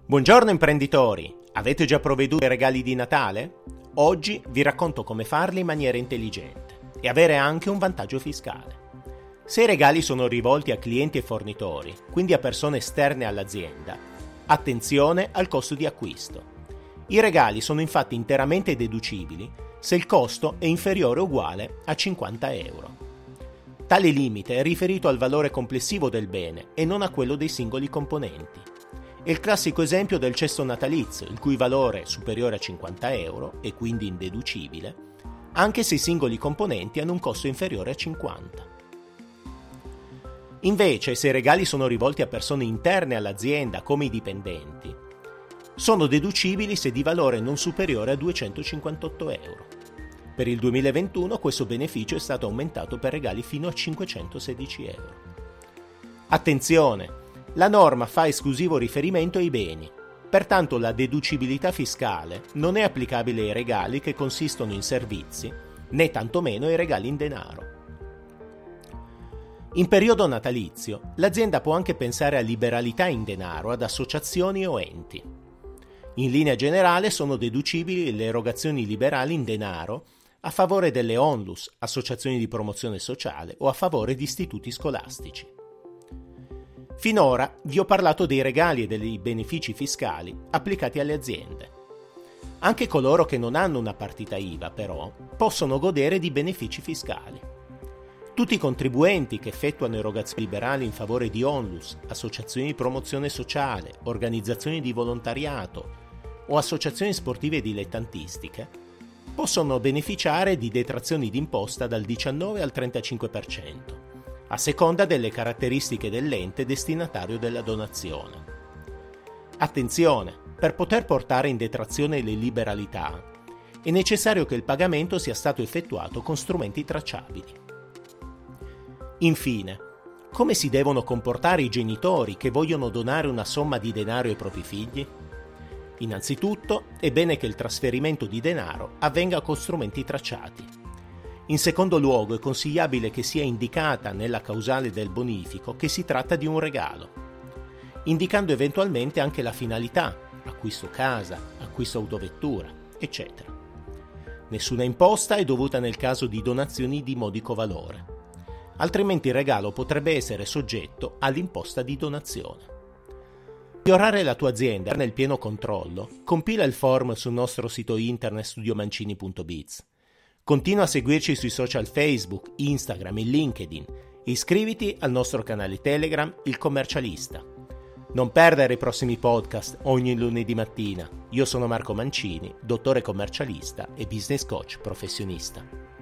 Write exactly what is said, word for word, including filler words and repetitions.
Buongiorno imprenditori! Avete già provveduto ai regali di Natale? Oggi vi racconto come farli in maniera intelligente e avere anche un vantaggio fiscale. Se i regali sono rivolti a clienti e fornitori, quindi a persone esterne all'azienda, attenzione al costo di acquisto. I regali sono infatti interamente deducibili se il costo è inferiore o uguale a cinquanta euro. Tale limite è riferito al valore complessivo del bene e non a quello dei singoli componenti. È il classico esempio del cesto natalizio, il cui valore è superiore a cinquanta euro e quindi indeducibile, anche se i singoli componenti hanno un costo inferiore a cinquanta. Invece, se i regali sono rivolti a persone interne all'azienda come i dipendenti, sono deducibili se di valore non superiore a duecentocinquantotto euro. Per il duemilaventuno questo beneficio è stato aumentato per regali fino a cinquecentosedici euro. Attenzione! La norma fa esclusivo riferimento ai beni, pertanto la deducibilità fiscale non è applicabile ai regali che consistono in servizi, né tantomeno ai regali in denaro. In periodo natalizio, l'azienda può anche pensare a liberalità in denaro ad associazioni o enti. In linea generale sono deducibili le erogazioni liberali in denaro a favore delle onlus, associazioni di promozione sociale o a favore di istituti scolastici. Finora vi ho parlato dei regali e dei benefici fiscali applicati alle aziende. Anche coloro che non hanno una partita I V A, però, possono godere di benefici fiscali. Tutti i contribuenti che effettuano erogazioni liberali in favore di onlus, associazioni di promozione sociale, organizzazioni di volontariato o associazioni sportive dilettantistiche possono beneficiare di detrazioni d'imposta dal diciannove al trentacinque per cento. A seconda delle caratteristiche dell'ente destinatario della donazione. Attenzione, per poter portare in detrazione le liberalità, è necessario che il pagamento sia stato effettuato con strumenti tracciabili. Infine, come si devono comportare i genitori che vogliono donare una somma di denaro ai propri figli? Innanzitutto, è bene che il trasferimento di denaro avvenga con strumenti tracciati. In secondo luogo è consigliabile che sia indicata nella causale del bonifico che si tratta di un regalo, indicando eventualmente anche la finalità, acquisto casa, acquisto autovettura, eccetera. Nessuna imposta è dovuta nel caso di donazioni di modico valore, altrimenti il regalo potrebbe essere soggetto all'imposta di donazione. Per migliorare la tua azienda nel pieno controllo, compila il form sul nostro sito internet studiomancini punto biz. Continua a seguirci sui social Facebook, Instagram e LinkedIn e iscriviti al nostro canale Telegram Il Commercialista. Non perdere i prossimi podcast ogni lunedì mattina. Io sono Marco Mancini, dottore commercialista e business coach professionista.